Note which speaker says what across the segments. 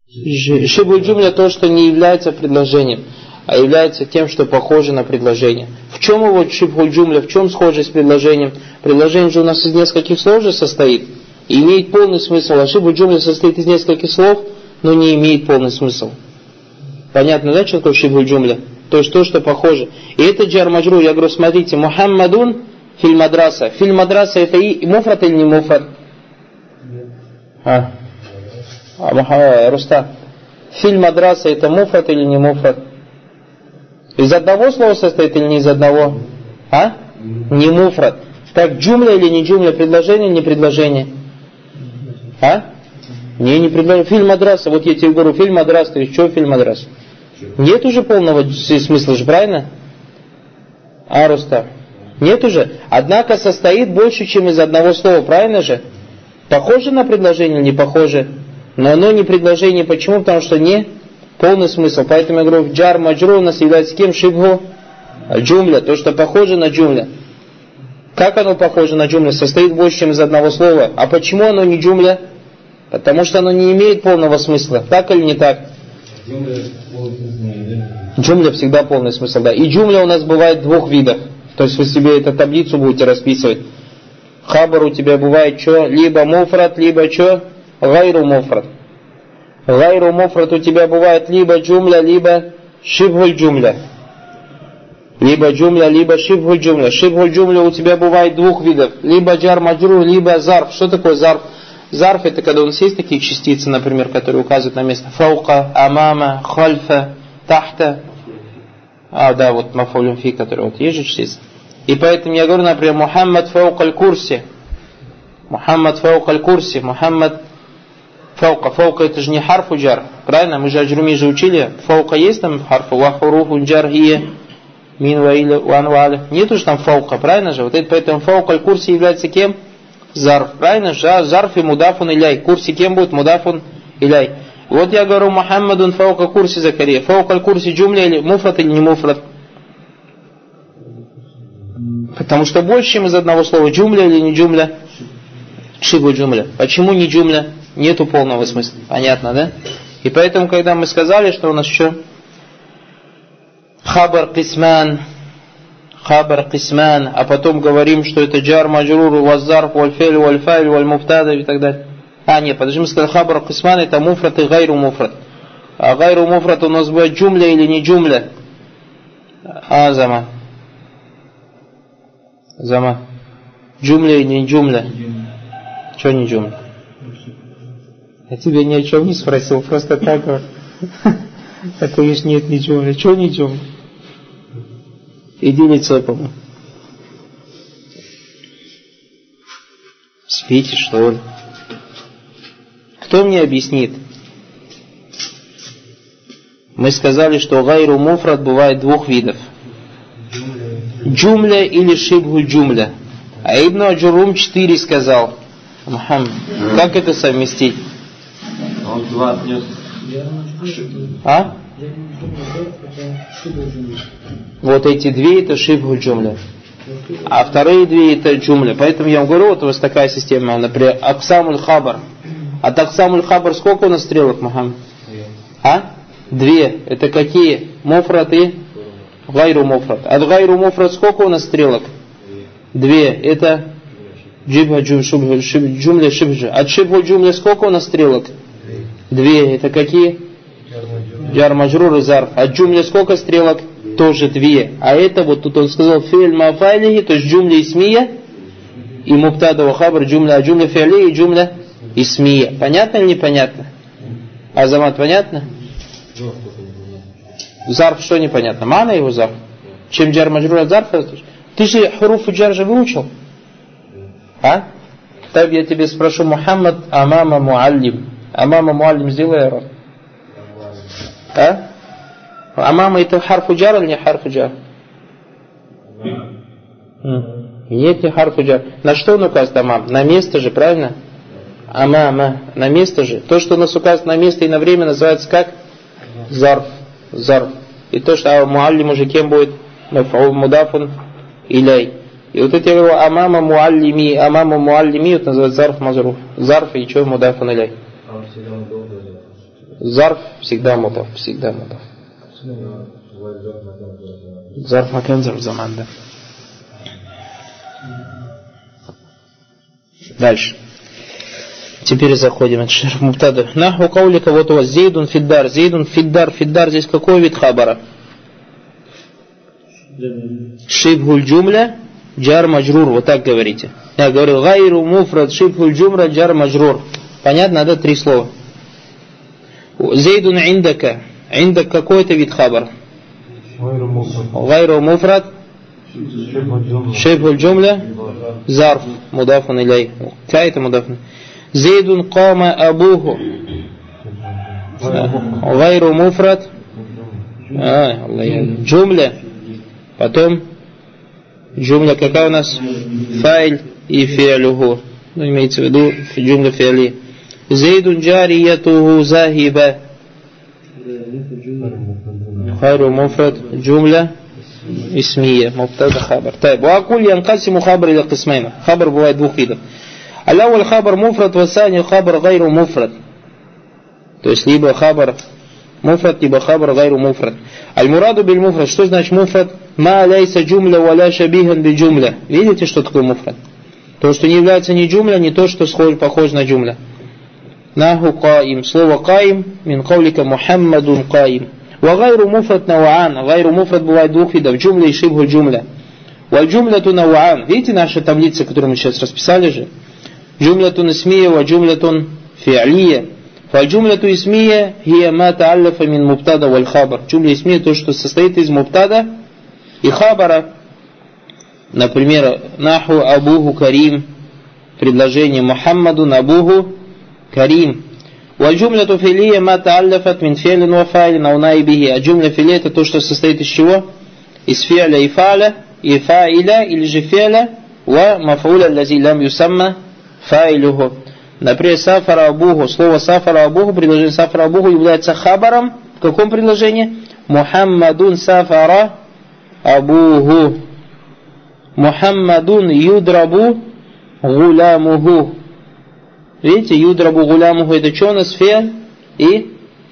Speaker 1: Шибхуль джумля то, что не является предложением, а является тем, что похоже на предложение. В чем его шибхуль джумля, в чем схожесть с предложением? Предложение же у нас из нескольких слов же состоит и имеет полный смысл, а шибхуль джумля состоит из нескольких слов, но не имеет полный смысл. Понятно, да, что такое шибхуль джумля? То есть то, что похоже. И это джар маджрур, я говорю, смотрите, Мухаммадун филь мадраса. Филь мадраса это и муфрат или не муфрат? Рустам. Филь мадраса это муфрат или не муфрат? Из одного слова состоит или не из одного? Не муфрат. Так джумля или не джумля? Предложение или не предложение? Не предложение. Филь мадраса. Вот я тебе говорю, филь мадраса. То есть что филь мадраса? Нет уже полного смысла же, правильно? Рустам. Нет уже. Однако состоит больше, чем из одного слова, правильно же? Похоже на предложение или не похоже? Но оно не предложение. Почему? Потому что не полный смысл. Поэтому я говорю, джар маджрур у нас является кем? Шибху джумля. То, что похоже на джумля. Как оно похоже на джумля? Состоит больше, чем из одного слова. А почему оно не джумля? Потому что оно не имеет полного смысла. Так или не так? Джумля всегда полный смысл, да. И джумля у нас бывает двух видов. То есть вы себе эту таблицу будете расписывать. Хабар у тебя бывает что? Либо муфрат, либо что? Гайру муфрат. Гайру муфрат у тебя бывает либо джумля, либо шибхуль джумля. Либо джумля, либо шибхуль джумля. Шибхуль джумля у тебя бывает двух видов. Либо джар маджрур, либо зарф. Что такое зарф? Зарф это когда у нас есть такие частицы, например, которые указывают на место. Фаука, амама, хальфа, тахта. Да, вот мафулюн фи, который вот есть же частица. И поэтому я говорю, например, Мухаммад фаука аль-курси. Мухаммад фаука аль-курси. Мухаммад фаука. Фаука это же не харфу джар. Правильно? Мы же аджруми же учили. Фаука есть там харфу. Вахуруфу джар хия. Мин ваиля ван валя. Нету же там фаука. Правильно же? Вот это поэтому фаука аль-курси является кем? Зарф. Правильно же? Зарф и мудафун иляй. Курси кем будет? Мудафун иляй. Вот я говорю, Мухаммадун фаука курси Закария. Фаука аль-курси джумля или муфрат или не муфрат? Потому что больше, чем из одного слова. Джумля или не джумля? Шибу джумля. Почему не джумля? Нету полного смысла. Понятно, да? И поэтому, когда мы сказали, что у нас что? Хабар кисман. Хабар кисман. А потом говорим, что это джар маджрур, ваззарф, вальфель, вальфайль, вальмуфтада и так далее. Нет, подожди, мы сказали, хабар кисман это муфрат и гайру муфрат. А гайру муфрат у нас будет джумля или не джумля? Зама. Джумля или не джумля? Что не джумля? Я тебя ни о чем не спросил, просто так вот. А ты говоришь, нет, не джумля. Что не джумля? Иди лицо помой. Спите, что ли? Кто мне объяснит? Мы сказали, что гайру муфрат бывает двух видов. Джумля или шибхуль джумля. А Ибн Аджурум 4 сказал. Мухаммад, как это совместить?
Speaker 2: Он 2 отнес.
Speaker 1: Вот эти 2 это шибхуль джумля. А вторые 2 это джумля. Поэтому я вам говорю, вот у вас такая система. Например, аксамуль хабар. От аксамуль хабар сколько у нас стрелок, Мухаммад? 2. Это какие? Муфрат и гайру муфрат. От гайру муфрат сколько у нас стрелок? 2. Это джибха джумля шибджа. От шибхуль джумля сколько у нас стрелок? 2. Это какие? Джар маджрур и зарф. От джумля сколько стрелок? Тоже 2. А это вот тут он сказал фи'ль мафайлихи, то есть джумля исмия и мубтада ва хабар джумля, а джумля фи'ли и джумля исмия. Понятно или непонятно? Азамат, понятно? Зарф что непонятно? Мана его зарф? Чем джар маджрур от зарфа? Ты же хуруф джар же выучил? Так я тебе спрошу, Мухаммад амама муаллим. Амама муаллим сделай рот. Амама это харфу джар или не харфу джар? Нет, не харфу джар. На что он указывает амам? На место же, правильно? Амама. На место же. То, что у нас указывает на место и на время, называется как? Зарф. Зарф. И то, что муаллим уже кем будет? Мудафун иляй. И вот это я говорю, амама муаллими, это называется зарф мазруф. Зарф и что? Мудафун иляй. Зарф всегда мутаф, всегда мутаф. Зарф макан зарф заман, да. Дальше. Теперь заходим от шерх мубтада. Наху каулика вот у вас зейдун фиддар. Зейдун фиддар. Фиддар здесь какой вид хабара? Шибхуль джумля джар маджрур. Вот так говорите. Я говорил гайру муфрад шибхуль джумра джар маджрур. Понятно? Да, три слова. Зейдун индака. Индак какой-то вид хабар. Гайру муфрад шибхуль джумля зарф мудафун иляй. Какая-то мудафун. Зейдун кама абуху. Гайру муфрад. Джумля. Потом джумля какая у нас? Файль и фиалюху. Ну, имеется в виду джумля фиали. Зейдун джариятуху захиба. Гайру муфрад. Джумля исмия. Мубтада хабар. Тайб. Вакуль янкасиму хабар иля кисмайна. Хабар бывает двух видов. Аляуль хабар муфрад, васани хабар гайру муфрад. То есть либо хабар муфрад, либо хабар гайру муфрад. Аль-мураду биль муфрад. Что значит муфрад? Ма аляйса джумля валя шабихан би джумля. Видите, что такое муфрад? То, что не является ни джумля, ни то, что похоже на джумля. Наху каим. Слово каим мин каулика Мухаммадун каим. Ва гайру муфрад наваан. Гайру муфрад бывает двух видов. Джумля и шибху джумля. Ва джумляту наваан. Видите наши таблицы, которые мы сейчас расписали же? Джумлятун исмия ва джумлятун фиалия. Фаджумляту исмия хия ма тааллафа мин мубтада валь хабар. Джумля исмия то, что состоит из мубтада и хабара. Например, наху абуху карим. Предложение Мухаммаду абуху карим. Ва джумляту филия ма тааллафат мин фиалин ва файлин ау наибихи. А джумля филия это то, что состоит из чего? Из фиаля и фаля, и фаиля или же фиаля ва мафауля лази лам юсамма файлюху. Например, сафара абуху. Слово сафара абуху, предложение сафара абуху является хабаром. В каком предложении? Мухаммадун сафара абуху. Мухаммадун юдрабу гулямуху. Видите, юдрабу гулямуху это что у нас? Фиаль и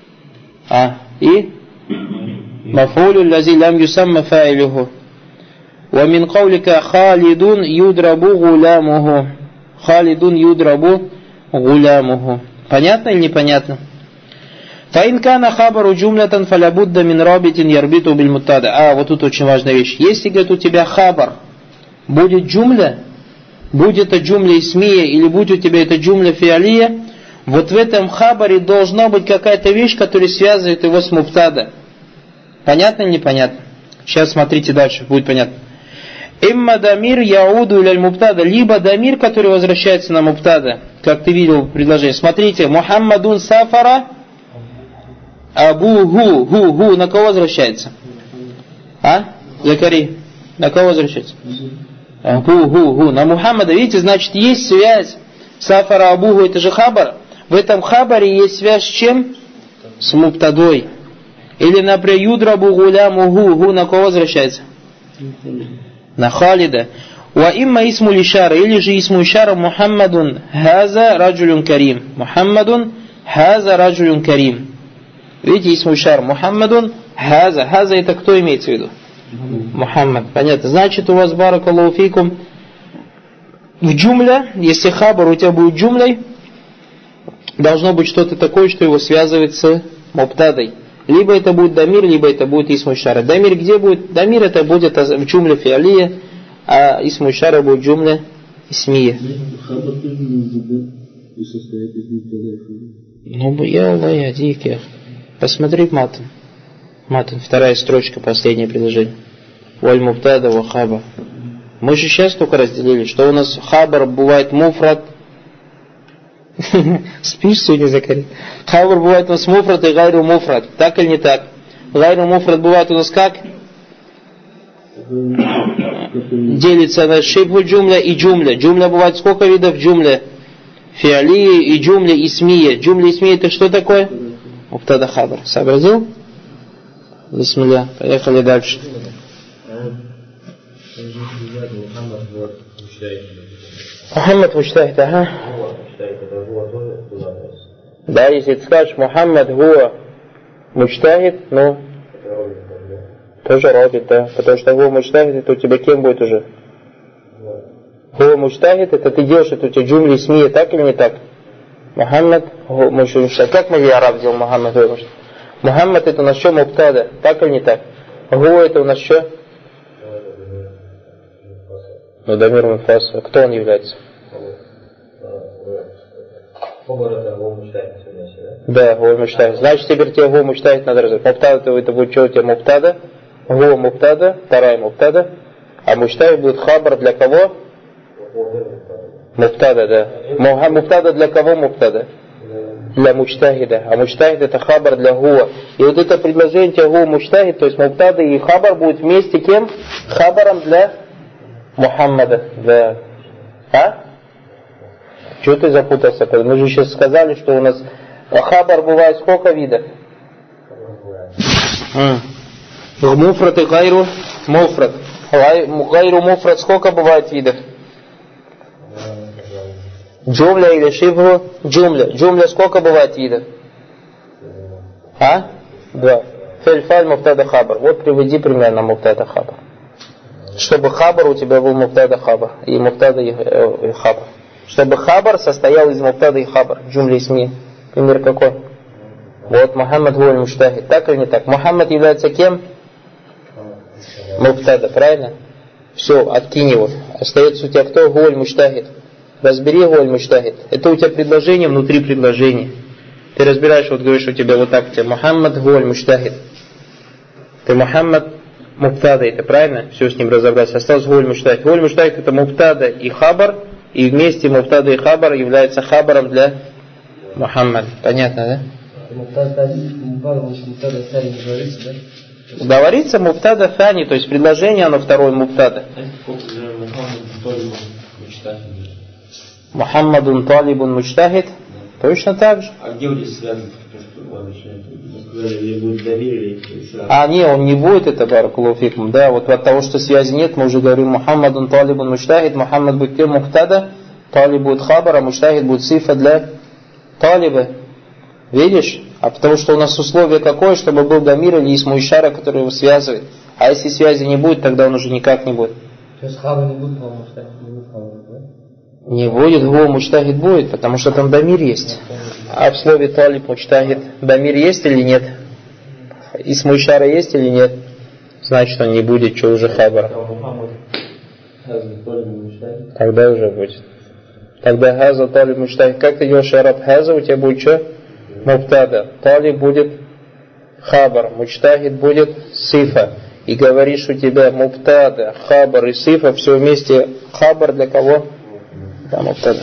Speaker 1: мафулю лази лам юсамма файлюху. Ва мин каулика халидун юдрабу гулямуху. Халидун юдрабу гулямуху. Понятно или непонятно? Фаинкана хабару джумлятан фалябудда мин рабитин ярбиту биль муттада. Вот тут очень важная вещь. Если, говорит, у тебя хабар будет джумля, будет это джумля исмия или будет у тебя это джумля фиалия, вот в этом хабаре должна быть какая-то вещь, которая связывает его с муптада. Понятно или непонятно? Сейчас смотрите дальше, будет понятно. Имма дамир яуду иляль муптада. Либо дамир, который возвращается на муптада. Как ты видел в предложении. Смотрите. Мухаммадун сафара абуху. Ху. На кого возвращается? Закари. На кого возвращается? Ху. На Мухаммада. Видите, значит, есть связь. Сафара абуху это же хабар. В этом хабаре есть связь с чем? С муптадой. Или, например, юдрабу гулямуху. Ху на кого возвращается? На Халида. Ва имма исму лишара, или же исму ишара Мухаммадун хаза раджулюн карим. Мухаммадун хаза раджулюн карим. Видите, исму ишара Мухаммадун хаза. Хаза это кто имеется в виду? Мухаммад. Понятно. Значит, у вас баракаллаху фикум в джумля, если хабар у тебя будет джумлей, должно быть что-то такое, что его связывает с муптадой. Либо это будет дамир, либо это будет исму ишара. Дамир где будет? Дамир это будет в джумле фиалия, а исму ишара будет джумля исмия. Ну, я Аллах, диких. Посмотри матан. Матан, вторая строчка, последнее предложение. Валь мубтада ва хабар. Мы же сейчас только разделили, что у нас хабар бывает муфрад. Спишь сегодня, Закари? Хабар бывает у нас муфрад и гайру муфрад. Так или не так? Гайру муфрад бывает у нас как? Делится на шибху джумля и джумля. Джумля бывает сколько видов джумля? Фиалия и джумля исмия. Джумля исмия это что такое? Мубтада хабар. Сообразил? Бисмилля. Поехали дальше. Мухаммад муджтахид, ага. Да, если ты скажешь Мухаммад гуа муджтахид, ну, тоже робит, да. Потому что гуа муджтахид, это у тебя кем будет уже? Гуа муджтахид, это ты делаешь, это у тебя джумли исмия, так или не так? Мухаммад гуа муджтахид. Как мы араб делал Мухаммад гуа муджтахид? Мухаммад это у нас что, муптада, так или не так? Гуа это у нас что? Ну, дамир муфасса. Кто он является? Да, гуа муджтахид. Значит, теперь тебе гуа муджтахид надо разобрать. Муптада это будет что у тебя муптада? Гуа муптада, вторая муптада. А муджтахид будет хабар для кого? Муптада, да. Муптада для кого муптада? Для муджтахида. А муджтахид это хабар для гуа. И вот это предложение гуа муджтахид, то есть муптада и хабар будет вместе кем? Хабаром для Мухаммада. Да. А? Чего ты запутался? Мы же сейчас сказали, что у нас хабар бывает сколько видов? Муфрат и гайру муфрат. Гайру муфрат сколько бывает видов? Джумля или шибху? Джумля. Джумля сколько бывает видов? А? Два. Фельфаль муфтада хабар. Вот приведи примерно муфтада хабар. Чтобы хабар у тебя был муфтада хабар. И муфтада и хабар. Чтобы хабар состоял из муфтада и хабар. Джумля исми. Пример какой? Вот Мухаммад гуа муджтахид. Так или не так? Мухаммад является кем? Муфтада, правильно? Все, откинь его. Остается у тебя кто? Гуа муджтахид. Разбери гуа муджтахид. Это у тебя предложение внутри предложения. Ты разбираешь, вот говоришь, у тебя вот так, у тебя Мухаммад гуа муджтахид. Ты Мухаммад муптада, это правильно? Все с ним разобраться. Осталось гуа муджтахид. Гуа муджтахид это муптада и хабар. И вместе муптада и хабар является хабаром для Мухаммада. Понятно, да? Говорится муптада фани, то есть предложение оно второе муптада. Мухаммадун талибун муджтахид. Точно так же.
Speaker 2: А где здесь связано?
Speaker 1: А не, он не будет, это баракулуфикум. Да, вот от того, что связи нет, мы уже говорим Мухаммадун талибун муджтахид. Мухаммад будет кем муптада, талиб будет хабар, а муджтахид будет сифа для талиба. Видишь? А потому что у нас условие какое, чтобы был дамир или исму ишара, который его связывает. А если связи не будет, тогда он уже никак не будет.
Speaker 3: То есть хабар не будет, по-моему, не будет хабар, да?
Speaker 1: Не будет, гуа муджтахид будет, потому что там дамир есть. А в слове талиб муджтахид дамир есть или нет? Исму ишара есть или нет? Значит, он не будет, что уже хабар. Тогда уже будет. Тогда хаза талиб муджтахид. Как ты делаешь араб хаза, у тебя будет что? Муптада. Талиб будет хабар. Муджтахид будет сифа. И говоришь, у тебя муптада, хабар и сифа, все вместе. Хабар для кого? Да, муптада.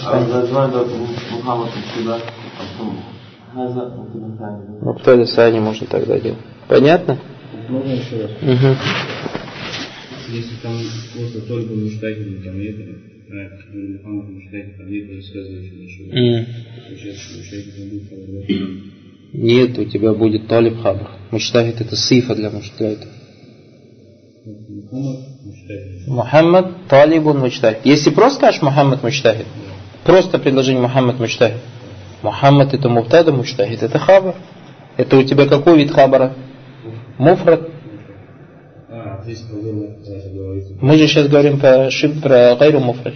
Speaker 1: Муптада сани можно тогда делать. Понятно?
Speaker 3: Можно еще раз?
Speaker 1: Угу.
Speaker 4: Если там просто только муджтахид, там нет, Мухаммад муджтахид, там нет рассказывающего ничего. Получается, муджтахид там будет хабар.
Speaker 1: Нет, у тебя будет талиб хабар. Муджтахид это сифа для муджтахида. Мухаммад талибун муджтахид. Если просто скажешь Мухаммад муджтахид, просто предложение Мухаммад муджтахид. Мухаммад это муптада, муджтахид это хабар. Это у тебя какой вид хабара? Муфрат.
Speaker 4: Здесь говорится.
Speaker 1: Мы же сейчас говорим про гайру муфрат.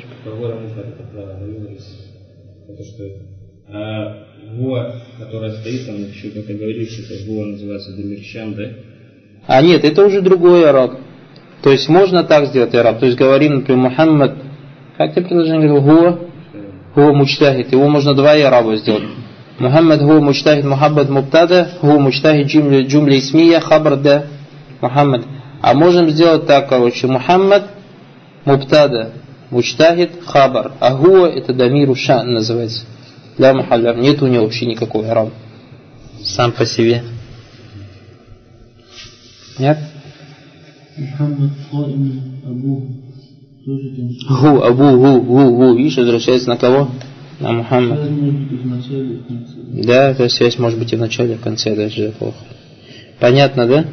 Speaker 4: Это что? Гуа, которая стоит там, еще как я говорил, что это гуа называется дамирщан, да?
Speaker 1: А нет, это уже другой араб. То есть можно так сделать араб. То есть говорим, например, Мухаммад. Как ты предложение говорил? Гуа муджтахид. Его можно два араба сделать. Мухаммад гуа муджтахид, Мухаммад муптада, гуа муджтахид джумля исмия, хабар да Мухаммад. А можем сделать так, короче, Мухаммад муптада, муджтахид, хабар. А гуа это дамиру шан называется. Ля мухалля. Нет у него вообще никакого араба. Сам по себе. Нет?
Speaker 3: Мухаммад Хаим Абу.
Speaker 1: Гу. Видишь, возвращается на кого? На Мухаммад. Да, эта связь может быть и в начале, и в конце, даже плохо. Понятно, да?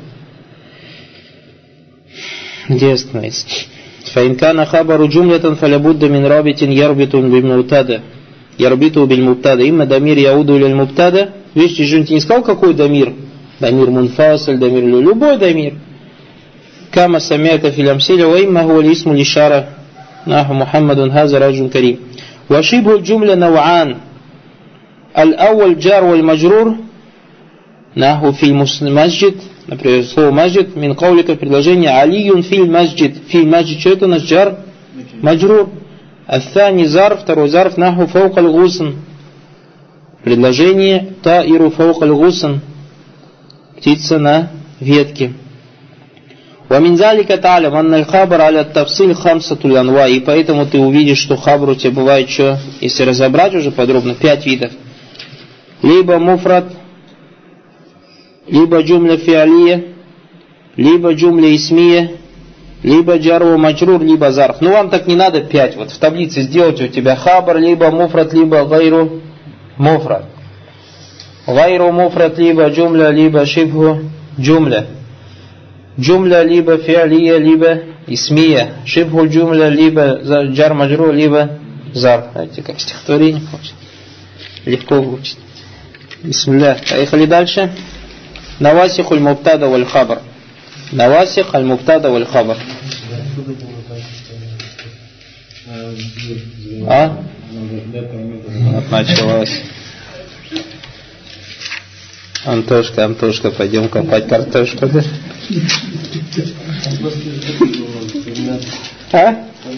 Speaker 1: Где остановиться? Фаинкана хабару джумлятан фалябудда мин рабитин ярбитун бимнутада. ярбиту биль мубтада. Имма дамир яуду иль мубтада. Видите, же не сказал, какой дамир? Дамир мунфасиль, дамир любой дамир. Кама самиата фил амсиля, ва имма хуа лисму лишара. Наху Мухаммадун хаза раджун карим. Вашибу джумля нав'ан. Аль-ауаль джар валь маджрур. Наху фил масджид. Например, слово масджид. Мин каулика предложение. Алиюн фил масджид. Фил масджид. Что это у нас джар? Маджрур. Аттани зарф. Второй зарф. Наху фаукаль гусн. Предложение. Таиру фаукаль гусн. Птица на ветке. ومن ذلك تعلم أن الخبر على التفصيل خمسة الأنواع. И поэтому ты увидишь, что хабр у тебя бывает что, если разобрать уже подробно, 5 видов. Либо муфрат, либо джумля фиалия, либо джумля исмия, либо джару маджрур, либо зарф. Ну вам так не надо 5. Вот в таблице сделайте у тебя хабр, либо муфрат, либо гайру муфрат. Гайру муфрат, либо джумля, либо шибху джумля. Джумля либо фиалия, либо исмия. Шибху джумля, либо джар маджру, либо зарф. Знаете, как стихотворение хочет. Легко выучить. Бисмилля. Поехали дальше. Навасих аль-мубтада валь-хабр. Навасих аль-мубтада валь-хабр. А? Вот началось. Антошка, пойдем копать картошку, да? А?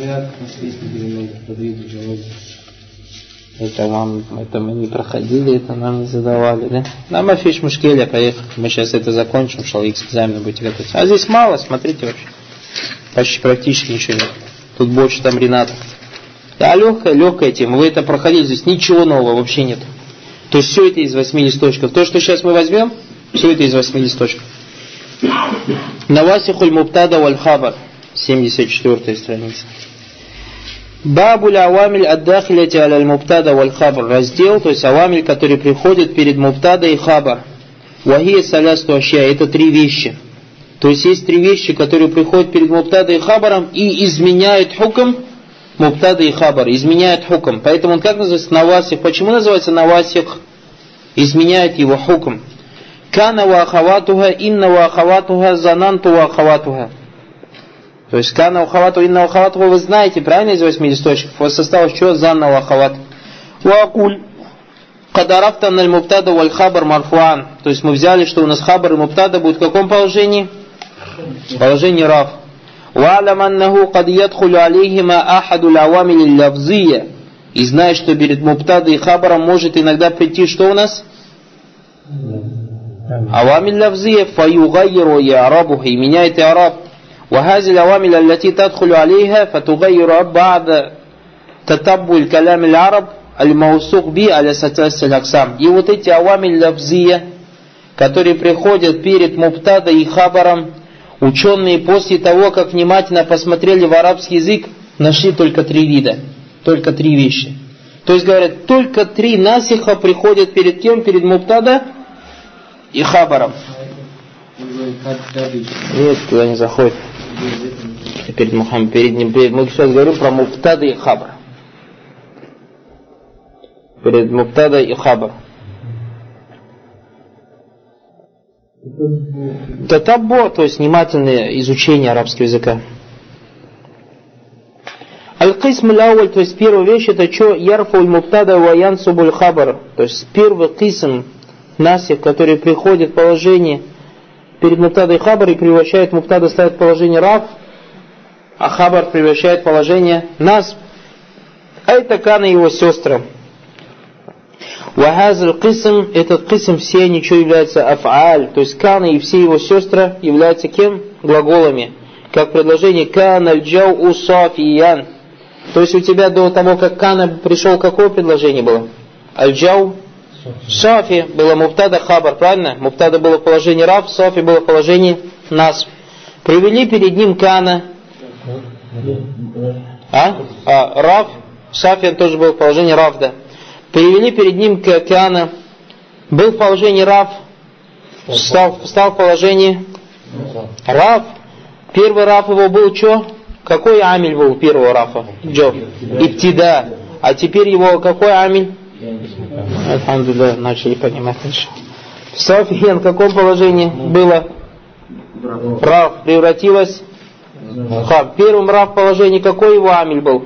Speaker 1: Это мы не проходили, это нам не задавали, да? Нам афиш мушкеля, поехали. Мы сейчас это закончим, шалик с экзаменом будете готовить. А здесь мало, смотрите вообще. Почти практически ничего нет. Тут больше там Рената. Да, легкая тема. Вы это проходили, здесь ничего нового вообще нет. То есть все это из 8 листочков. То, что сейчас мы возьмем, все это из 8 листочков. Навасихуль мубтада валь хабар. 74 страница. Бабуль авамиль аддахиляти аль мубтада валь хабар. Раздел, то есть авамиль, который приходит перед мубтада и хабар. Вахия салясту ашья. Это 3 вещи. То есть есть 3 вещи, которые приходят перед мубтада и хабаром и изменяют хукм мубтада и хабар. Изменяют хукм. Поэтому он как называется? Навасих. Почему называется навасих? Изменяет его хукм. Кана ва ахаватуха, инна ва ахаватуха, зананту ва ахаватуха. То есть кана ва ахаватуха, инна ва ахаватуха, вы знаете, правильно, из 8 листочков? У вас осталось что? Занна ва ахават. Ва акуль. Кадарафта наль мубтада валь хабар марфуан. То есть мы взяли, что у нас хабар и мубтада будет в каком положении? В положении раф. Ва алям аннаху кад ядхулю алейхима ахаду лавамили лавзия. И знаешь, что перед мубтада и хабаром может иногда прийти, что у нас? Авамиль лавзия фаюгайру и арабуха. И меняет и араб. Вахазиль авамиль аллати тадхулю алейха фатугайру ба'да татаббуль калямиль араб аль-маусук би аля-сатасиль аксам. И вот эти авамиль лавзия, которые приходят перед мубтада и хабаром, ученые после того, как внимательно посмотрели в арабский язык, нашли только 3 вида. Только 3 вещи. То есть говорят, только 3 насиха приходят перед кем? Перед мубтада и хабаром. Нет, туда не заходит. Перед Мухаммадом, перед ним. Мы сейчас говорим про мубтада и хабар. Перед мубтада и хабар. Татаббо, то есть внимательное изучение арабского языка. Аль-Кисм аль-Ауаль, то есть первая вещь, это что? Ярфуль мубтада ва янсубуль хабар. То есть первый кисм, насих, который приходит в положение перед мубтада и хабар и превращает мубтада, ставит положение раф, а хабар превращает положение насб. А это кана его сестра. Вахазаль кисм, этот кисм, все они что являются аф'аль. То есть кана и все его сестры являются кем? Глаголами. Как предложение кана аль-джау сафиян. То есть у тебя до того, как кана пришел, какое предложение было? Аль-джау сафи было мубтада хабар, правильно? Мубтада было в положении раф, сафи было в положении насб. Привели перед ним кана. Раф, сафи тоже был в положении раф, да. Привели перед ним кана. Был в положении раф, встал в положении раф. Первый раф его был что? Какой амиль был у первого рафа? Джо. Иптида. А теперь его какой амиль? Альхамдулилlah, начали понимать. София в каком положении было? Рав превратилась в хаб. В первом рав положении какой его амиль был?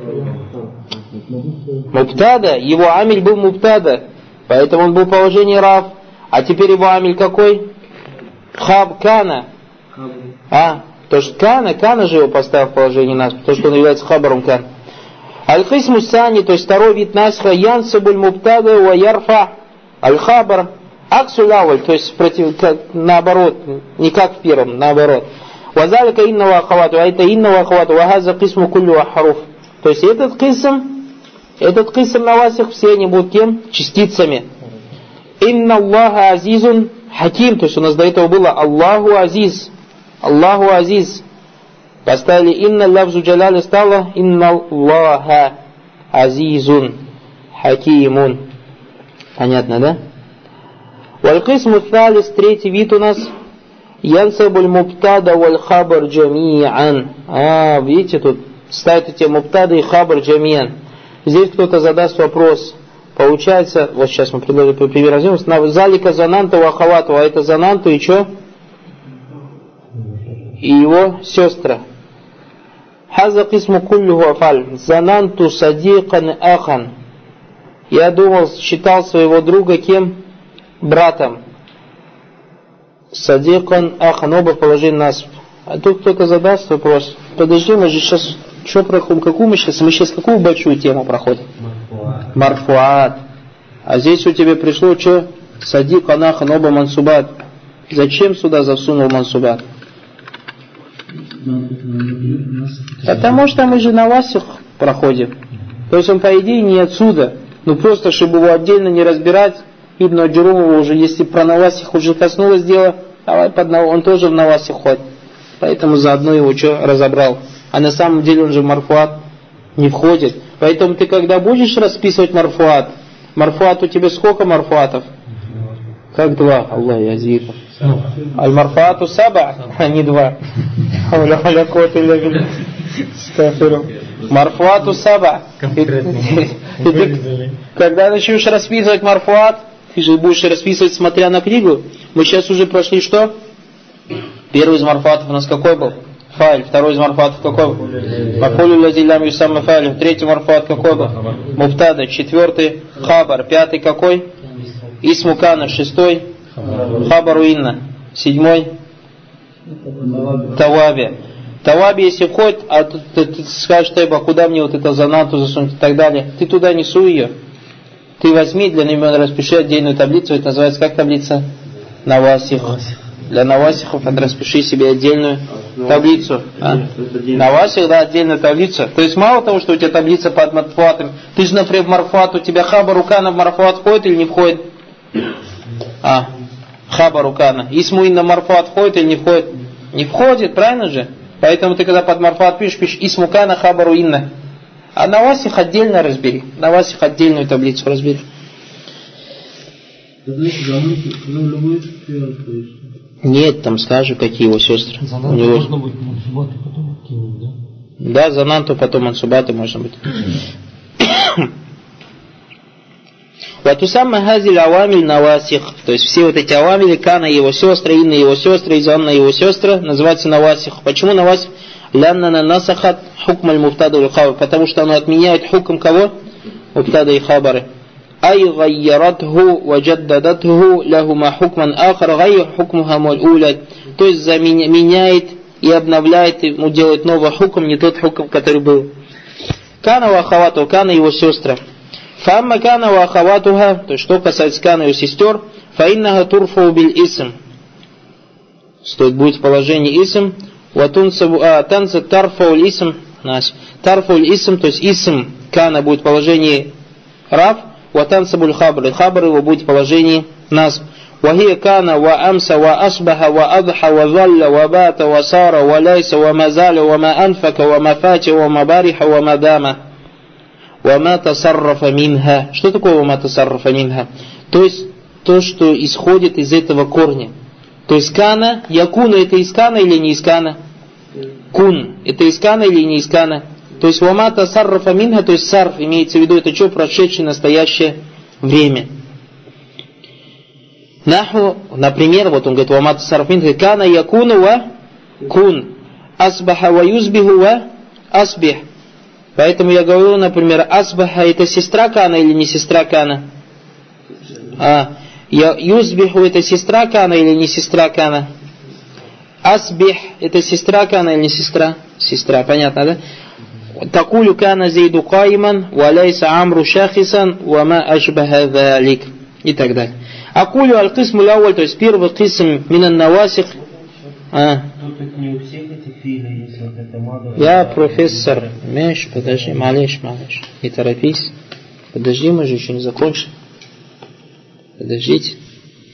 Speaker 1: Мубтада. Его амиль был мубтада. Поэтому он был в положении рав. А теперь его амиль какой? Хаб кана. То есть кана же его поставил в положение нас, потому что он является хабаром кан. Аль-Хисму Сани, то есть второй вид насха, янсабуль мубтада ва ярфа аль-хабар аксуляваль, то есть наоборот, не как в первом, наоборот. Вазалика инна ахавату, а это инна ахавату, вахаза кисму куллю ахаруф. То есть этот кисм навасих, все они будут кем? Частицами. Инна Аллаха азизун хаким, то есть у нас до этого было Аллаху азиз. Аллаху азиз. Поставили инна лавзу джаляли, стало инна Аллаха азизун хакимун. Понятно, да? Валь-кисму тhalис, третий вид у нас. Янсабуль мубтада валь хабар джами'ан. Видите, тут ставят эти мубтада и хабар джами'ан. Здесь кто-то задаст вопрос. Получается, вот сейчас мы пример возьмем. Залика зананту вахавату, а это зананту и что? И его сестра. Хаза кисму куллюху афаль. Зананту садикан ахан. Я думал, считал своего друга кем? Братом. Садикан ахан. Оба положили нас. А тут кто-то задаст вопрос. Подожди, мы же сейчас что проходим? Какую мы сейчас какую большую тему проходим? Марфуат. А здесь у тебя пришло что? Садикан ахан, оба мансубат. Зачем сюда засунул мансубат? Потому что мы же на васих проходим. То есть он, по идее, не отсюда. Ну просто, чтобы его отдельно не разбирать, видно, Джурумова уже, если про навасих уже коснулось дела, давай он тоже в навасих ходит. Поэтому заодно его что разобрал. А на самом деле он же в марфуат не входит. Поэтому ты когда будешь расписывать марфуат, марфуат у тебя сколько марфуатов? Как два? Аллах язик. Аль-марфуату саба, а не два. Марфуату саба. Когда начнешь расписывать марфуат, ты же будешь расписывать, смотря на книгу. Мы сейчас уже прошли что? Первый из марфуатов у нас какой был? Файль. Второй из марфуатов какой был? Макулю лазилям юсамма файлю. Третий марфуат какой был? Мубтада. Четвертый хабар. Пятый какой? Исму кана. Шестой хабару инна. Седьмой таваби. Таваби, если входит, а ты скажешь, Тайба, куда мне вот это занату засунуть и так далее, ты туда не суй ее. Ты возьми, для нее распиши отдельную таблицу, это называется как таблица? Навасих. Для навасихов распиши себе отдельную таблицу. Навасих, да, отдельную таблицу. То есть мало того, что у тебя таблица под марфуатом, ты же, например, в марфуат, у тебя хабару кана в марфуат входит или не входит? Хабару кана. Исму инна марфуат входит или не входит? Не входит, правильно же? Поэтому ты когда под марфуат пишешь исму кана хабару инна. А навасих отдельно разбери. Навасих отдельную таблицу разбери. Нет, там скажу, какие его сестры. У него... можно быть мансубаты, потом кинуть, да? Да, зананту, потом мансубаты можно быть. Ватусамма хазиль авамиль навасих. То есть все вот эти авамили, кана его сестры, инна его сестры, изанна его сестры, называются навасих. Почему навасих? Лянна насахат хукмаль муфтада и хабар. Потому что оно отменяет хукм кого? Муфтада и хабары. Ай гайяратху ваджаддадатху лахума хукман ахар гайя хукмуха мул'уля. То есть меняет и обновляет, ему делает новый хукм, не тот хукм, который был. Кана ва ахавату, кана его сестра. Фамма кана ва ахаватуха, то есть что касается кана его сестер, фаиннаха турфу биль исм. Стоит будет в положении исм. Танца тарфауль исм. Тарфауль исм, то есть исм кана будет в положении рав. Ватансабуль хабр. Хабр его будет в положении насб. Вахия кана ва амса ва асбаха ва адха ва залля ва бата ва сара ва лайса ва мазаля ва ма анфака ва мафатя ва мабариха ва мадама. Ва ма тасаррафа минха. Что такое ва ма тасаррафа минха? То есть то, что исходит из этого корня. То есть кана, якуна это из кана или не из кана? Кун, это из кана или не из кана? То есть вама тасаррафа минха, то есть сарф, имеется в виду, это что, прошедшее настоящее время. Наху, например, вот он говорит, вама тасаррафа минха, кана якуну ва кун, асбаха ва юзбиху ва асбих. Поэтому я говорю, например, асбаха это сестра кана или не сестра кана? Юзбиху это сестра кана или не сестра кана? Асбих это сестра кана или не сестра? Сестра, понятно, да? Такулю кана зейду кайман, валяйса амру шахисан, вама ашбаха залик. И так далее. Акулю аль-кисму лауль, то есть первый кисм минан навасих.
Speaker 3: Тут не у всех этих филей, если вот это мада.
Speaker 1: Я профессор. Меш, подожди, малыш. Не торопись. Подожди, мы же еще не закончили. Подождите.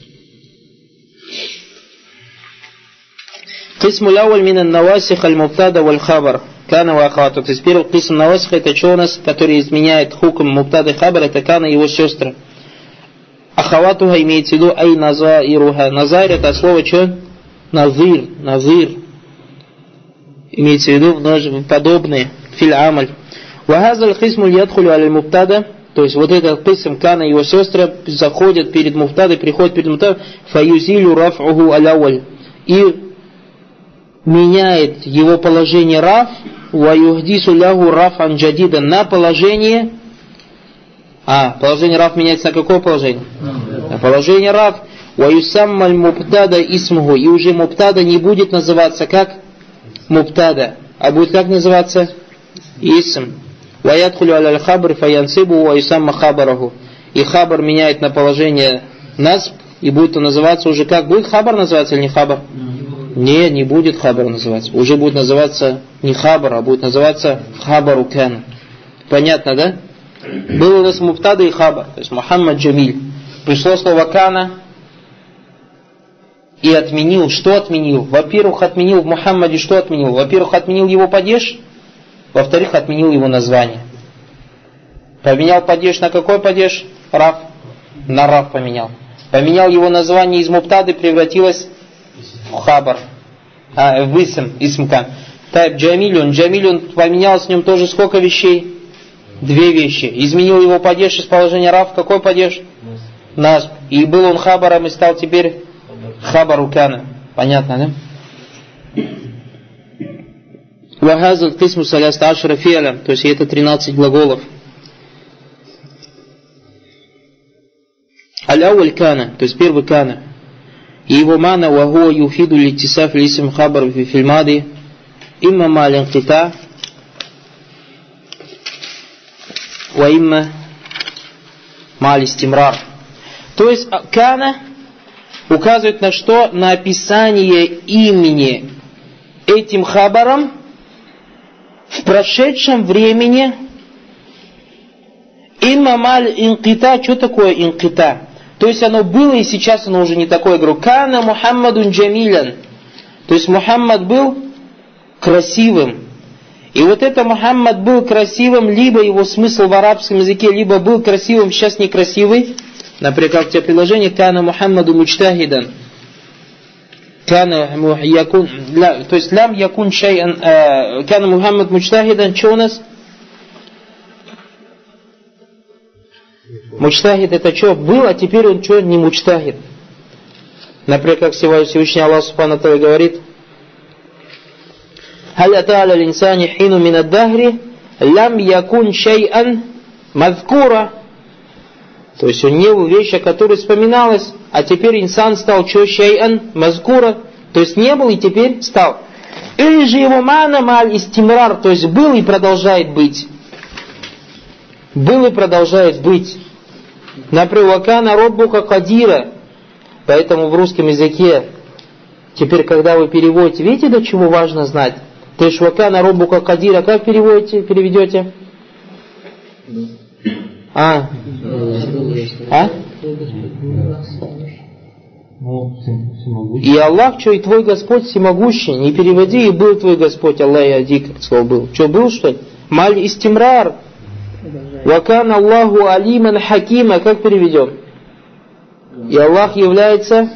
Speaker 1: Кисму лауль минан навасих аль-мубтада валь-хабар. Кана ва ахвату. То есть первый кисм навасих это что у нас, который изменяет хукм мубтада хабар, это кана и его сестры. Ахаватуха имеется в виду ай назаируха. Назаир это слово что? Назир. Имеется в виду подобные. Филь амаль. Вахазаль хисму ядхулю аль мубтада. То есть вот этот кисм кана и его сестры заходят перед мубтадой, приходят перед мубтадой. Фаюзилю раф'уху аль-ауаль. И меняет его положение раф. Ваюхдису лягу раф'ан джадидан. На положение. Положение раф меняется на какое положение? На положение раф. وَيُسَمَّ الْمُبْتَدَ إِسْمُهُ. И уже мубтада не будет называться как мубтада, а будет как называться? Исм. وَيَدْخُلُ عَلَى الْخَبْرِ فَيَنْصِبُهُ وَيُسَمَّ خَبَرَهُ. И хабар меняет на положение насб, и будет он называться уже как? Будет хабар называться или не хабар? Не будет хабар называться. Уже будет называться не хабар, а будет называться хабару кан. Понятно, да? Был у нас мубтада и хабар. То есть Мухаммад Джамиль. Пришло слово кана и отменил. Что отменил? Во-первых, отменил в Мухаммаде, что отменил? Во-первых, отменил его падеж. Во-вторых, отменил его название. Поменял падеж на какой падеж? Раф. На раф поменял. Поменял его название из мубтады, превратилось в хабар. В исм кан. Тайб Джамилюн поменял с ним тоже сколько вещей? 2 вещи. Изменил его падеж из положения раф. Какой падеж? Насб. И был он хабаром и стал теперь хабару кана. Понятно, да? Вахазал кисму саляста ашра фиаля. То есть это 13 глаголов. Аль-ауль кана. То есть первый кана. И его мана вахуа юфиду литтисаф лисм хабар фильмади. Имма малин кита. Ва имма мали стимрар. То есть кана указывает на что? На описание имени этим хабаром в прошедшем времени. Имма маль инкита. Что такое инкита? То есть оно было и сейчас оно уже не такое. Я говорю, кана Мухаммадун джамилян. То есть Мухаммад был красивым. И вот это Мухаммад был красивым, либо его смысл в арабском языке, либо был красивым, сейчас некрасивый. Например, как у тебя предложение, кана Мухаммаду мучтахидан. Кана якун, то есть лям якун шайан, кана Мухаммад мучтахидан, что у нас? Мучтахид это что? Был, а теперь он что? Не мучтахид. Например, как Всевышний Аллах Субхану ва Тааля говорит, «Халь ата аля линсани хину мин ад-дахри, лям якун шай'ан мазкура». То есть он не был вещь, о которой вспоминалось, а теперь инсан стал что? Шай'ан мазкура. То есть не был и теперь стал. Или же его мана маль истимрар, то есть был и продолжает быть. Был и продолжает быть. Например, вакана роббука кадира. Поэтому в русском языке, теперь когда вы переводите, видите, до чего важно знать? То есть вакана роббука кадира, как переведете? И Аллах, что и твой Господь всемогущий, не переводи, и был твой Господь, Аллах и Ади, как слово был. Что был, что ли? Маль истимрар. Вакан Аллаху алиман хакима, как переведем? И Аллах является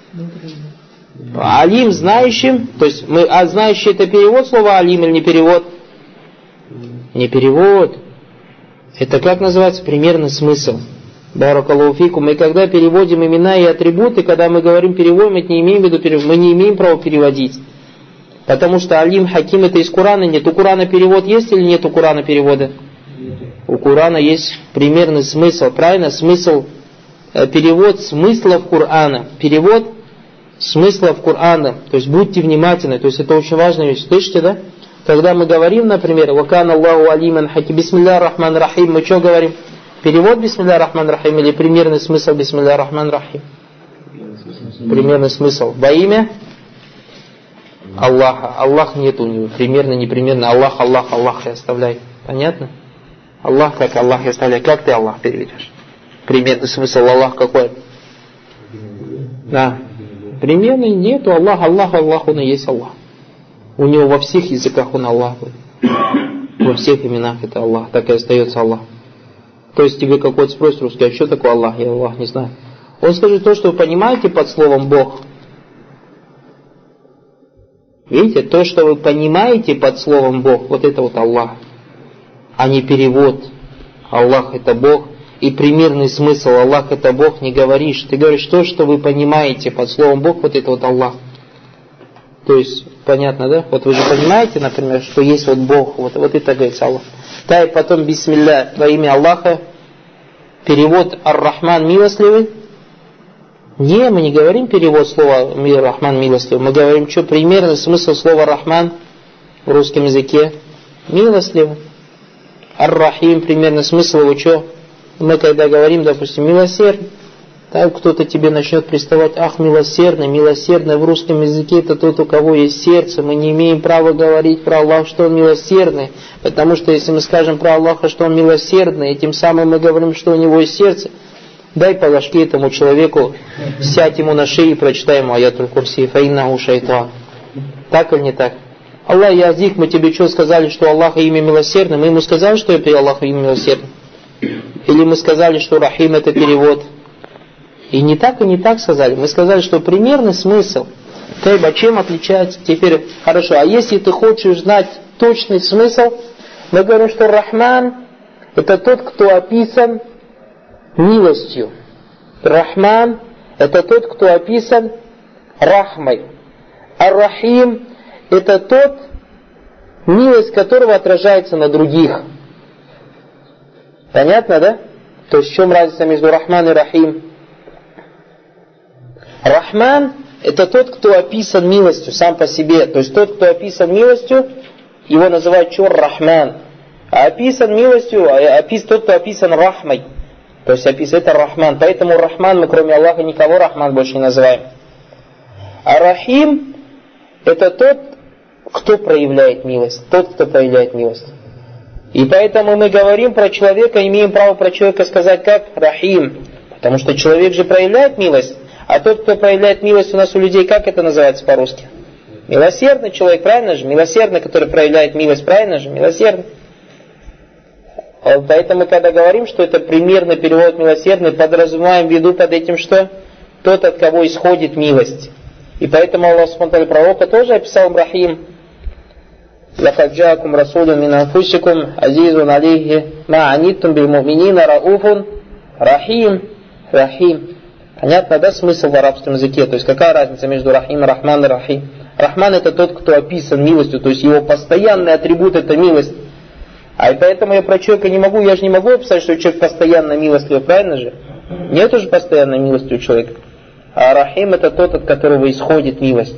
Speaker 1: алим, знающим. То есть знающий это перевод слова алим или не перевод? Не перевод. Это как называется примерный смысл. Баракаллаху фикум. Мы когда переводим имена и атрибуты, когда мы говорим переводим, это не имеем в виду перевод, мы не имеем права переводить. Потому что Алим, Хаким это из Корана нет. У Корана перевод есть или нет у Корана перевода? У Корана есть примерный смысл. Правильно? Смысл, перевод смыслов Корана. Перевод смыслов Корана. То есть будьте внимательны. То есть это очень важная вещь. Слышите, да? Когда мы говорим, например, «Вакан Аллаху алиман хаким», «Бисмилля рахман рахим», мы что говорим? Перевод «Бисмилля рахман рахим» или примерный смысл «Бисмилля рахман рахим»? Примерный смысл. Во имя Аллаха. Аллах нет у него. Примерно, непримерно. Аллах, Аллах, Аллах я оставляю. Понятно? Аллах как Аллах я оставляю. Как ты Аллах переведешь? Примерный смысл Аллах какой? Да. Примерный нету. Аллах, Аллах, Аллах, он и есть Аллах. У него во всех языках он Аллах. Во всех именах это Аллах. Так и остается Аллах. То есть тебе какой-то спросит русский, а что такое Аллах? Я Аллах не знаю. Он скажет то, что вы понимаете под словом Бог. Видите, то, что вы понимаете под словом Бог, вот это вот Аллах, а не перевод. Аллах это Бог. И примерный смысл Аллах это Бог не говоришь. Ты говоришь то, что вы понимаете под словом Бог, вот это вот Аллах. То есть, понятно, да? Вот вы же понимаете, например, что есть вот Бог, вот это говорится Аллах. Да, и потом бисмилля во имя Аллаха. Перевод Ар-Рахман милостливый. Не, мы не говорим перевод слова Рахман милостливый. Мы говорим, что примерный смысл слова Рахман в русском языке. Милостливый. Ар-Рахим, примерный смысл его что? Мы когда говорим, допустим, милосердный. Так кто-то тебе начнет приставать, ах, милосердный, милосердный в русском языке это тот, у кого есть сердце. Мы не имеем права говорить про Аллаха, что он милосердный. Потому что если мы скажем про Аллаха, что он милосердный, и тем самым мы говорим, что у него есть сердце, дай по ложке этому человеку, сядь ему на шею и прочитай ему аятуль курси, фаиннаху шайтан. Так или не так? Аллах язык, мы тебе что сказали, что Аллах имя милосердный? Мы ему сказали, что это Аллах имя милосердный? Или мы сказали, что Рахим это перевод? И не так сказали. Мы сказали, что примерный смысл. Тайба, чем отличается теперь? Хорошо, а если ты хочешь знать точный смысл, мы говорим, что Рахман это тот, кто описан милостью. Рахман это тот, кто описан рахмой. Ар-Рахим это тот, милость которого отражается на других. Понятно, да? То есть в чем разница между Рахман и Рахим? Рахман это тот, кто описан милостью сам по себе. То есть тот, кто описан милостью, его называют чур Рахман. А описан милостью, тот, кто описан Рахмой. То есть описан это Рахман. Поэтому Рахман мы кроме Аллаха никого Рахман больше не называем. А Рахим это тот, кто проявляет милость. Тот, кто проявляет милость. И поэтому мы говорим про человека, имеем право про человека сказать как Рахим. Потому что человек же проявляет милость. А тот, кто проявляет милость у нас у людей, как это называется по-русски? Милосердный человек, правильно же? Милосердный, который проявляет милость, правильно же? Милосердный. Поэтому, когда говорим, что это примерный перевод милосердный, подразумеваем в виду под этим что? Тот, от кого исходит милость. И поэтому Аллах Субхану пророка тоже описал Рахим. لَقَدْ جَاءَكُمْ رَسُولٌ مِنْ أَنْفُسِكُمْ عَزِيزٌ عَلَيْهِ مَا عَنِتُّمْ بِالْمُؤْمِنِينَ رَءُوفٌ Рахим. Рахим. Понятно, да, смысл в арабском языке? То есть какая разница между Рахим, Рахман и Рахим? Рахман это тот, кто описан милостью, то есть его постоянный атрибут это милость. А и поэтому я про человека я же не могу описать, что человек постоянно милостливый, правильно же? Нету же постоянной милости у человека. А Рахим это тот, от которого исходит милость.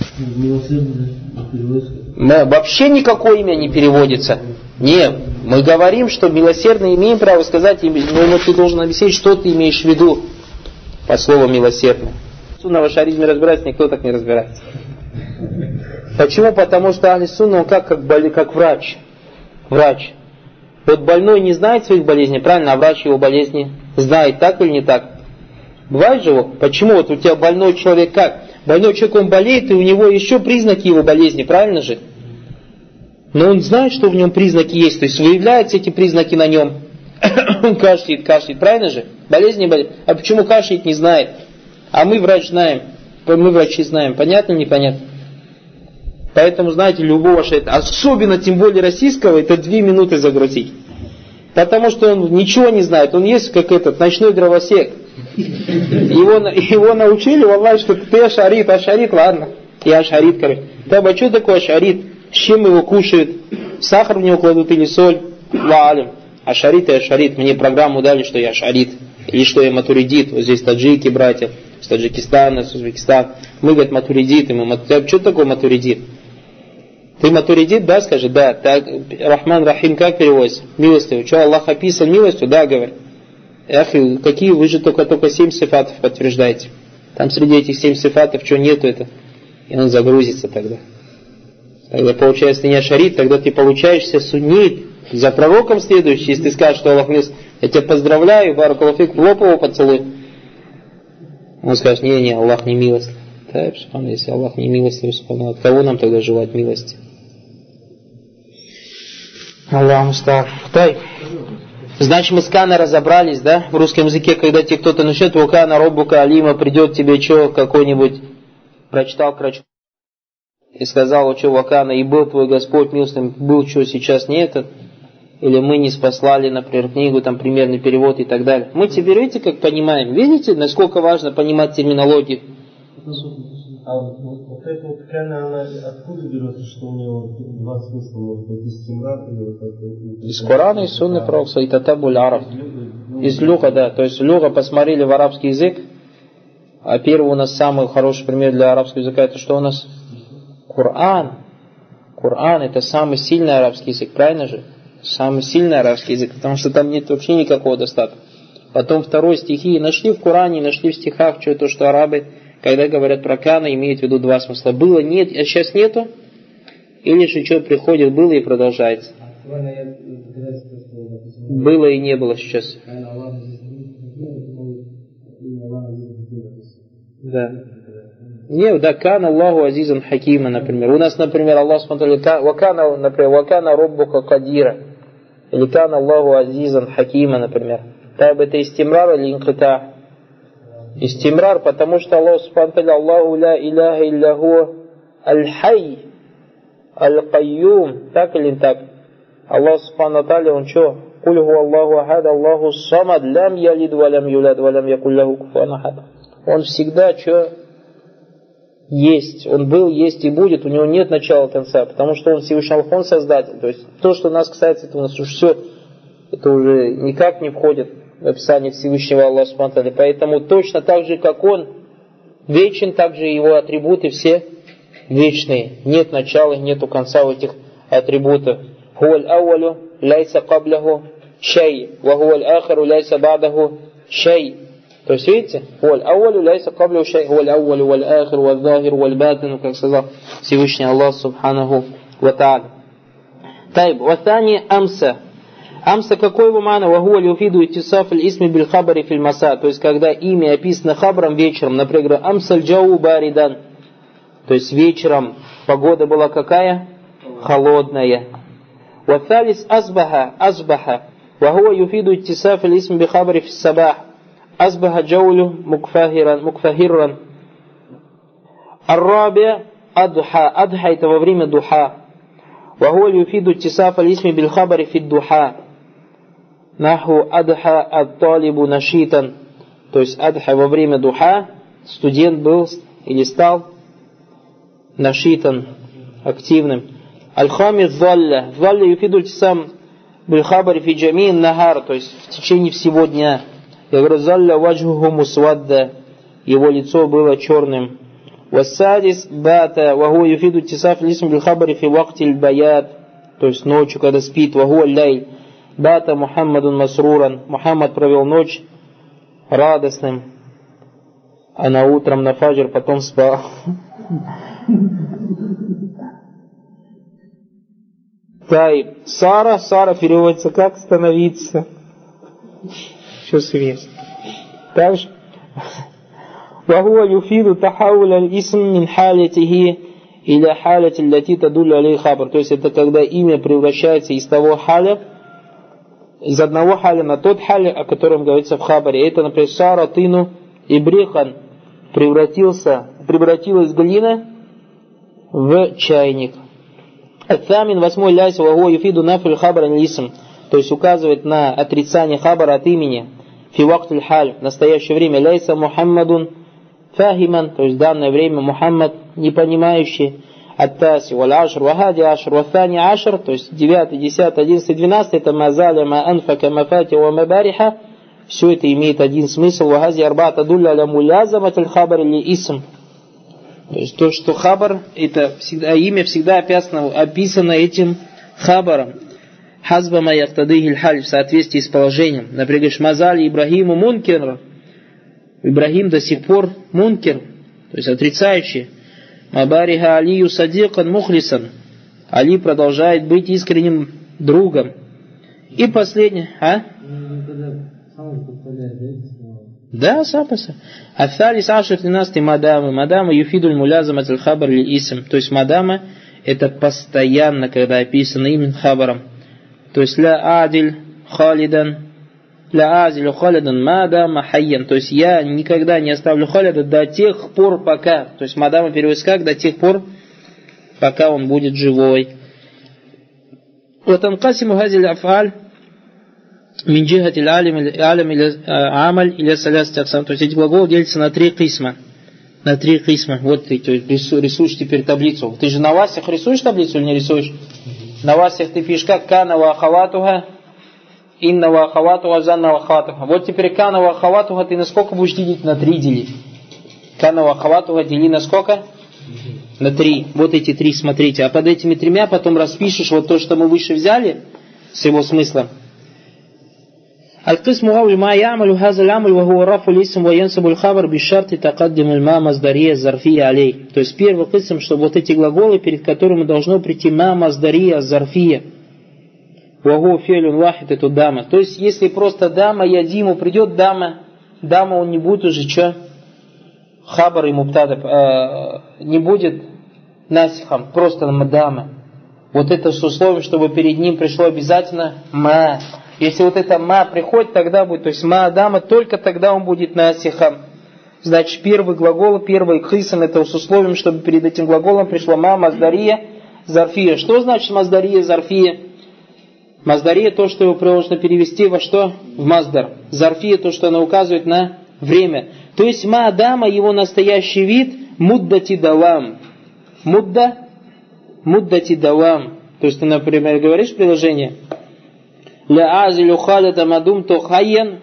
Speaker 1: Вообще никакое имя не переводится. Не, мы говорим, что милосердный имеем право сказать, но ты должен объяснить, что ты имеешь в виду по слову милосердный. Сунна в ашаризме разбирается, никто так не разбирается. Почему? Потому что Ахли Сунна, он как врач. Врач. Вот больной не знает своих болезней, правильно, а врач его болезни знает, так или не так? Бывает же вот, почему вот у тебя больной человек как? Больной человек, он болеет, и у него еще признаки его болезни, правильно же? Но он знает, что в нем признаки есть, то есть выявляются эти признаки на нем. Он кашляет, правильно же? Болезнь. А почему кашляет, не знает. А мы, врач, знаем. Мы, врачи, знаем. Понятно, непонятно? Поэтому, знаете, любого шайтана, особенно, тем более российского, это 2 минуты загрузить. Потому что он ничего не знает, он есть как этот ночной дровосек. Его научили, валлахи, что ты ашарит, ладно, я ашарит, короче. Таба, что такое ашарит? С чем его кушают? Сахар в него кладут или соль? Ла-алим. Ашарит и ашарит. Мне программу дали, что я ашарит. Или что я матуридит. Вот здесь таджики, братья, с Таджикистана, с Узбекистана. Мы, говорят, матуридит. Что такое матуридит? Ты матуридит, да, скажи? Да. Так, Рахман Рахим как переводится? Милостивый. Что, Аллах описан милостью? Да, говорит. Эх, какие вы же только 7 сифатов подтверждаете. Там среди этих 7 сифатов что нету это? И он загрузится тогда. Тогда получается ты не ашарит, тогда ты получаешься суннит. За пророком следующий, если ты скажешь, что Аллах милостив, я тебя поздравляю, баракаллаху фик, в лоб его поцелуй. Он скажет, не, Аллах не милостив. Да, если Аллах не милостив, от кого нам тогда желать милости? Аллах мустаф. Значит, мы с Кана разобрались, да, в русском языке, когда тебе кто-то начнет, Вакана, Роббука, Алима, придет тебе что, какой-нибудь, прочитал крачку, и сказал, что Вакана, и был твой Господь милостивым, был, что сейчас не этот, или мы не спаслали, например, книгу, там, примерный перевод и так далее. Мы теперь, видите, как понимаем, видите, насколько важно понимать терминологию?
Speaker 3: А вот это вот Кана, она откуда берется, что у него 2 смысла, может быть, из Тимрата или вот это?
Speaker 1: Из Корана, из Сунны Пророка, и Татабуль Араб. Из Люга, да. То есть Люга посмотрели в арабский язык, а первый у нас самый хороший пример для арабского языка, это что у нас? Коран. Коран это самый сильный арабский язык, правильно же? Самый сильный арабский язык, потому что там нет вообще никакого достатка. Потом второй стихи нашли в Коране, нашли в стихах, что то, что арабы, когда говорят про Кана, имеют в виду 2 смысла. Было, нет, а сейчас нету, или же что приходит, было и продолжается. Было и не было сейчас. Да. Не, да, Кана Аллаху Азизан Хакима, например. У нас, например, Аллах смотрел, Вакана Роббука Кадира. Или Кана Аллаху Азизан Хакима, например. Так это истимрар или инкита? Истимрар, потому что Аллах смотрел, Аллаху ля иляха илляху аль-хай, аль-кайюм. Так или не так? Аллах Субхану Тааля, он что? Куль ху Аллаху ахад, Аллаху самад, лям ялид, валям юлад, валям якулляху куфуан ахад. Он всегда что? Есть. Он был, есть и будет. У него нет начала конца. Потому что он Всевышний Аллах, он создатель. То есть то, что нас касается, это у нас уже все. Это уже никак не входит в описание Всевышнего Аллаха Субхану Тааля. Поэтому точно так же, как он вечен, так же его атрибуты все вечные. Нет начала, нету конца у этих атрибутов. Хуаль ауалю ляйса кабляху шай. Ва хуаль ахару ляйса бадаху шай. То есть, видите, «Хуаль ауалю ляйса каблю шай, хуаль ауалю валь ахир, валь захир, валь батину», как сказал Всевышний Аллах Субханаху ва Тааля. Тайб, ватани амса. Амса какой его мана? Вахуа люфиду иттисаф аль-исми биль-хабари филь-маса. То есть, когда имя описано хабром вечером, например, амса аль-джау баридан. То есть, вечером погода была какая? Холодная. Ваталис азбаха. Вахуа юфиду иттисаф аль-исми биль-хабари фи-сабах. Азбаха джаулю мукфахирран. Ар-раби адха. Адха это во время духа. Вахуа юфиду иттисаф аль-исми биль-хабари фи-духа. Наху адха ат-талибу нашитан. То есть адха во время духа студент был или стал нашитан, активным. Аль-хамид залля. Залля юфиду иттисам биль-хабари фи джамин нахар. То есть в течение всего дня. Я говорю, залля ваджхуху мусвадда. Его лицо было черным. Вассадис бата ваху юфиду иттисаф аль-исми биль-хабари фи вактиль баят. То есть ночью, когда спит. Ваху аль-лайль. Бата Мухаммадун Масруран. Мухаммад провел ночь радостным, а на утром на фаджр потом спал. Тай, Сара переводится как становиться. Все свест. Также وهو يفيد تحول الاسم من حالته إلى حالة التي تدل عليه خبر. То есть это когда имя превращается из того халя, из одного халя на тот халь, о котором говорится в хабаре. Это, например, Сара, Тину и Брехан превратилась глина в чайник. Ат-тамин, 8, ляйс вагу юфиду нафиль хабар аль-исм, то есть указывает на отрицание хабара от имени. Фи вактуль халь, в настоящее время, ляйса Мухаммадун фахиман, то есть в данное время Мухаммад непонимающий. Ат-таси валь ашр вахади ашр вафани ашр, то есть 9, 10, 11, 12, это мазаля ма анфака мафати ва мабариха. Все это имеет один смысл. Вагази арбата дулля аля мулязамат аль-хабар или исм. То есть то, что хабар, это всегда, имя всегда описано этим хабаром. Хазба ма яхтадыхи аль-халь, в соответствии с положением. Например, говоришь, мазали Ибрахиму мункер. Ибрахим до сих пор мункер, то есть отрицающий. Мабариха алию садикан мухлисан. Али продолжает быть искренним другом. И последнее, Да, сапаса. Афалис ашер 13 мадама. Мадама юфидуль мулязамат аль-хабар ли-исм. То есть мадама это постоянно, когда описано именно хабаром. То есть ля адиль халидан. Ля азилю халидан мадама хайян. То есть я никогда не оставлю халида до тех пор, пока. То есть мадама переводится как? До тех пор, пока он будет живой. Ватанкасиму газиль афаль. Минджихат алям или амаль или саляст аксам. То есть эти глаголы делятся на 3 кисма. На 3 кисма. Вот ты рисуешь теперь таблицу. Ты же на васях рисуешь таблицу или не рисуешь? На васях ты пишешь как кана ва ахаватуха, инна ва ахаватуха, занна ва ахаватуха. Вот теперь кана ва ахаватуха ты на сколько будешь делить? На 3 делить. Кана ва ахаватуха дели на сколько? На 3. Вот эти 3, смотрите. А под этими 3 потом распишешь вот то, что мы выше взяли, с его смыслом. القسم الأول ما يعمل هذا العمل وهو رفع الاسم وينسب الخبر بالشرط تقدم الماء مصدرية الظرفية عليه. То есть первый قسم, что вот эти глаголы, перед которыми должно прийти ма маздария зарфия. وهو فعل واحد, это дама. То есть если просто дама ядиму придет дама он не будет уже что? Хабар и мубтада не будет насихом, просто дама. Вот это с условием, чтобы перед ним пришло обязательно ма. Если вот это ма приходит, тогда будет, то есть ма дама, только тогда он будет насихом. Значит, первый глагол, первый кисм, это с условием, чтобы перед этим глаголом пришло ма маздария зарфия. Что значит маздария зарфия? Маздария то, что его можно перевести во что? В маздар. Зарфия то, что она указывает на время. То есть ма дама, его настоящий вид, муддати давам. Муддати давам. То есть ты, например, говоришь приложение ля азилю халида мадумту хайян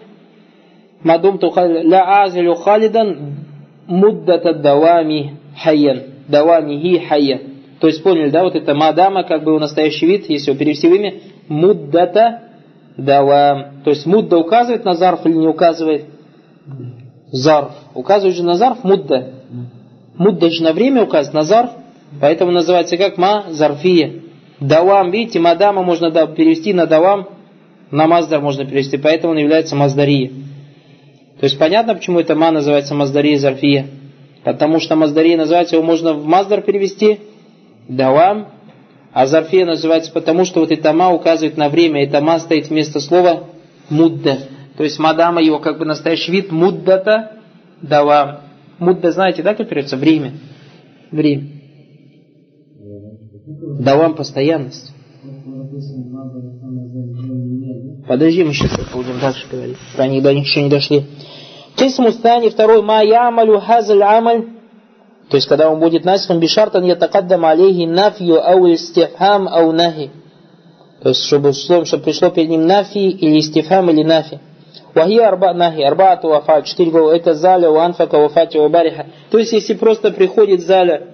Speaker 1: ля азилю халидан муддата давами хайян давамихи хайян. То есть поняли, да, вот это мадама, как бы его настоящий вид, если его перевести в имя, муддата давам. То есть мудда указывает на зарф или не указывает? Зарф. Указывает же на зарф мудда. Мудда же на время указывает, на зарф. Поэтому называется как ма зарфия. Давам, видите, мадама можно перевести на давам, на маздар можно перевести, поэтому он является маздария. То есть понятно, почему это ма называется маздария зарфия? Потому что маздария называется, его можно в маздар перевести, давам, а зарфия называется потому, что вот это ма указывает на время, это ма стоит вместо слова мудда. То есть мадама, его как бы настоящий вид, муддата давам. Мудда, знаете, да, как переводится? Время. Время. Давам постоянность. Подожди, мы сейчас будем дальше говорить. Про них до них еще не дошли. Кисму стани, второй, ма ямалю хазаль амаль. То есть, когда он будет насихом бишартан ятакаддам алейхи нафью ау истифхам ау нахи. То есть, чтобы пришло перед ним нафи или истифхам или нафи. Вахия арба нахи, арбаату вафа, 4 главы. Это заля, уанфака, вафати, вабариха. То есть, если просто приходит заля,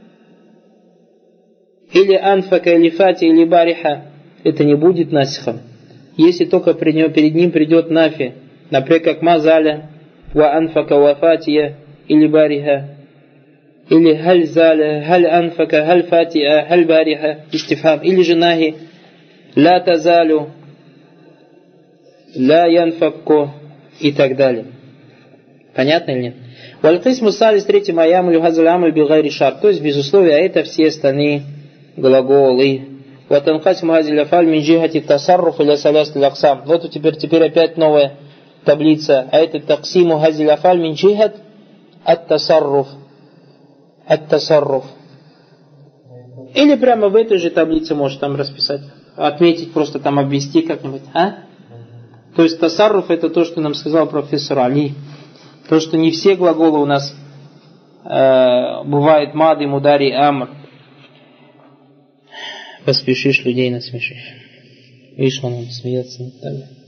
Speaker 1: или анфака, или фати, или бариха, это не будет насихом. Если только перед ним придет нафи, например, как мазаля, ва анфака, ва фатия, или бариха, или халь заля, халь анфака, халь фатия, халь бариха, истифхам, или же нахи, ла тазалю, ла янфакку и так далее. Понятно или нет? Валь-кисму салис, 3, маямлю хазаль амаль бигайри шар. То есть, без условия, а это все остальные глаголы. وتنقسم هذه الأفعال من جهة التصرف إلى ثلاثة الأقسام. Вот теперь опять новая таблица. А это تقسيم هذه الأفعال من جهة التصرف. Или прямо в этой же таблице можешь там расписать. Отметить, просто там обвести как-нибудь. То есть тасарруф это то, что нам сказал профессор Али. То, что не все глаголы у нас бывает мады, мудари, амр. Поспешишь, людей насмешишь. Видишь, он смеется.